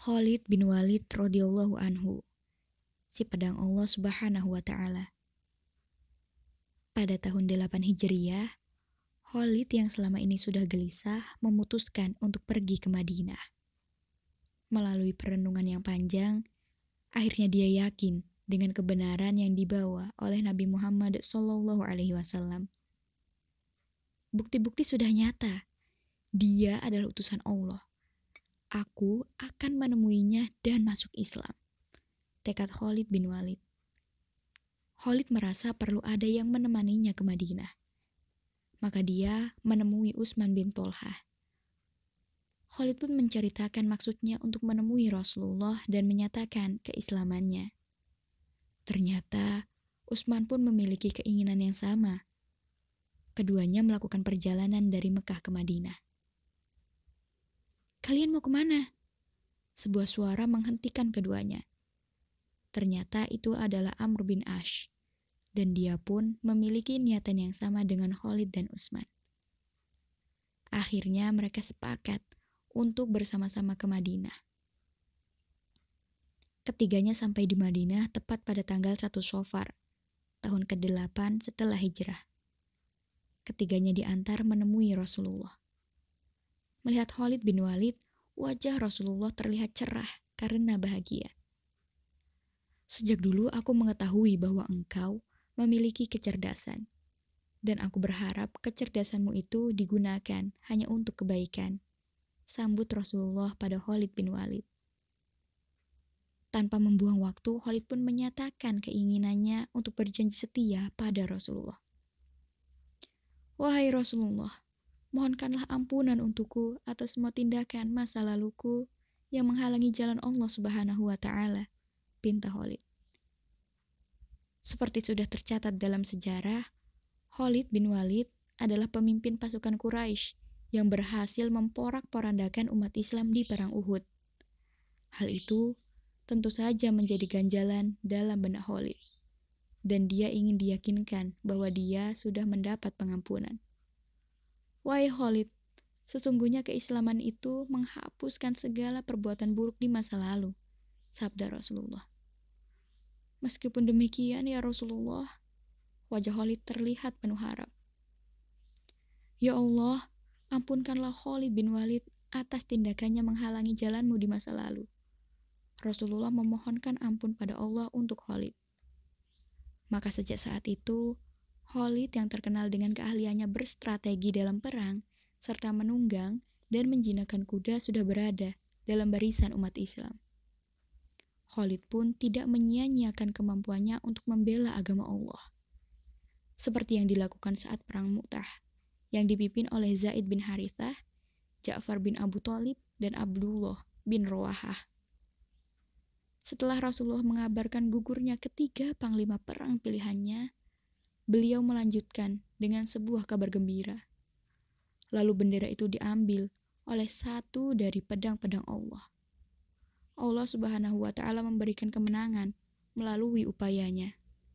Khalid bin Walid radhiyallahu anhu, si pedang Allah Subhanahu wa taala. Pada tahun 8 Hijriyah, Khalid yang selama ini sudah gelisah memutuskan untuk pergi ke Madinah. Melalui perenungan yang panjang, akhirnya dia yakin dengan kebenaran yang dibawa oleh Nabi Muhammad SAW. Bukti-bukti sudah nyata. Dia adalah utusan Allah. Aku akan menemuinya dan masuk Islam. Tekad Khalid bin Walid. Khalid merasa perlu ada yang menemaninya ke Madinah. Maka dia menemui Utsman bin Tolhah. Khalid pun menceritakan maksudnya untuk menemui Rasulullah dan menyatakan keislamannya. Ternyata Utsman pun memiliki keinginan yang sama. Keduanya melakukan perjalanan dari Mekah ke Madinah. "Kalian mau kemana?" Sebuah suara menghentikan keduanya. Ternyata itu adalah Amr bin Ash, dan dia pun memiliki niatan yang sama dengan Khalid dan Utsman. Akhirnya mereka sepakat untuk bersama-sama ke Madinah. Ketiganya sampai di Madinah tepat pada tanggal 1 Syawal, tahun ke-8 setelah hijrah. Ketiganya diantar menemui Rasulullah. Melihat Khalid bin Walid, wajah Rasulullah terlihat cerah karena bahagia. "Sejak dulu aku mengetahui bahwa engkau memiliki kecerdasan, dan aku berharap kecerdasanmu itu digunakan hanya untuk kebaikan," sambut Rasulullah pada Khalid bin Walid. Tanpa membuang waktu, Khalid pun menyatakan keinginannya untuk berjanji setia pada Rasulullah. "Wahai Rasulullah, mohonkanlah ampunan untukku atas semua tindakan masa laluku yang menghalangi jalan Allah Subhanahu wa taala," pinta Khalid. Seperti sudah tercatat dalam sejarah, Khalid bin Walid adalah pemimpin pasukan Quraisy yang berhasil memporak-porandakan umat Islam di perang Uhud. Hal itu tentu saja menjadi ganjalan dalam benak Khalid, dan dia ingin diyakinkan bahwa dia sudah mendapat pengampunan. "Wahai Khalid, sesungguhnya keislaman itu menghapuskan segala perbuatan buruk di masa lalu," sabda Rasulullah. "Meskipun demikian ya Rasulullah," wajah Khalid terlihat penuh harap. "Ya Allah, ampunkanlah Khalid bin Walid atas tindakannya menghalangi jalanmu di masa lalu." Rasulullah memohonkan ampun pada Allah untuk Khalid. Maka sejak saat itu, Khalid yang terkenal dengan keahliannya berstrategi dalam perang, serta menunggang dan menjinakkan kuda sudah berada dalam barisan umat Islam. Khalid pun tidak menyia-nyiakan kemampuannya untuk membela agama Allah. Seperti yang dilakukan saat perang Mu'tah, yang dipimpin oleh Zaid bin Harithah, Ja'far bin Abu Thalib, dan Abdullah bin Rawahah. Setelah Rasulullah mengabarkan gugurnya ketiga panglima perang pilihannya, beliau melanjutkan dengan sebuah kabar gembira. Lalu bendera itu diambil oleh satu dari pedang-pedang Allah. Allah Subhanahu wa taala memberikan kemenangan melalui upayanya.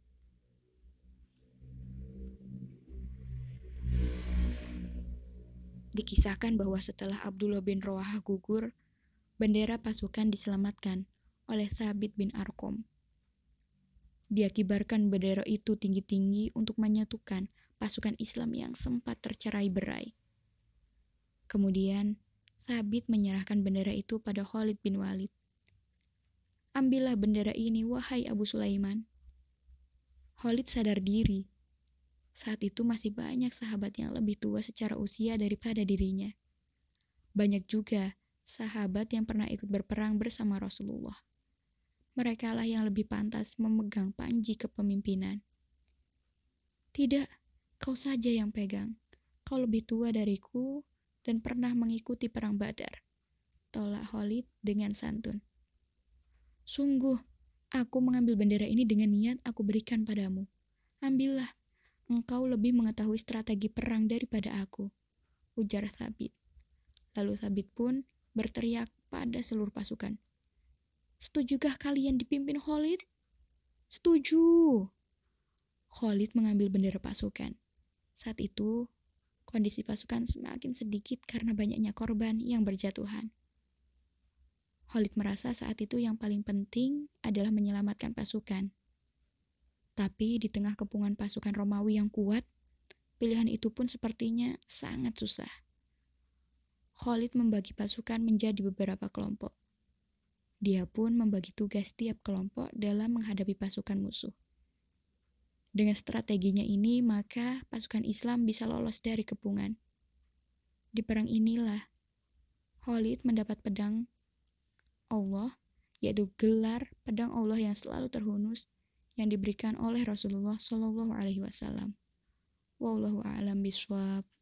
Dikisahkan bahwa setelah Abdullah bin Rawahah gugur, bendera pasukan diselamatkan oleh Thabit bin Arqam. Dia kibarkan bendera itu tinggi-tinggi untuk menyatukan pasukan Islam yang sempat tercerai-berai. Kemudian, Thabit menyerahkan bendera itu pada Khalid bin Walid. "Ambillah bendera ini, wahai Abu Sulaiman." Khalid sadar diri. Saat itu masih banyak sahabat yang lebih tua secara usia daripada dirinya. Banyak juga sahabat yang pernah ikut berperang bersama Rasulullah. Merekalah yang lebih pantas memegang panji kepemimpinan. "Tidak, kau saja yang pegang. Kau lebih tua dariku dan pernah mengikuti perang Badar," tolak Khalid dengan santun. "Sungguh, aku mengambil bendera ini dengan niat aku berikan padamu. Ambillah, engkau lebih mengetahui strategi perang daripada aku," ujar Thabit. Lalu Thabit pun berteriak pada seluruh pasukan, "Setujukah kalian dipimpin Khalid?" "Setuju." Khalid mengambil bendera pasukan. Saat itu, kondisi pasukan semakin sedikit karena banyaknya korban yang berjatuhan. Khalid merasa saat itu yang paling penting adalah menyelamatkan pasukan. Tapi di tengah kepungan pasukan Romawi yang kuat, pilihan itu pun sepertinya sangat susah. Khalid membagi pasukan menjadi beberapa kelompok. Dia pun membagi tugas tiap kelompok dalam menghadapi pasukan musuh. Dengan strateginya ini, maka pasukan Islam bisa lolos dari kepungan. Di perang inilah, Khalid mendapat pedang Allah, yaitu gelar pedang Allah yang selalu terhunus yang diberikan oleh Rasulullah Shallallahu Alaihi Wasallam. Wallahu a'lam bishawab.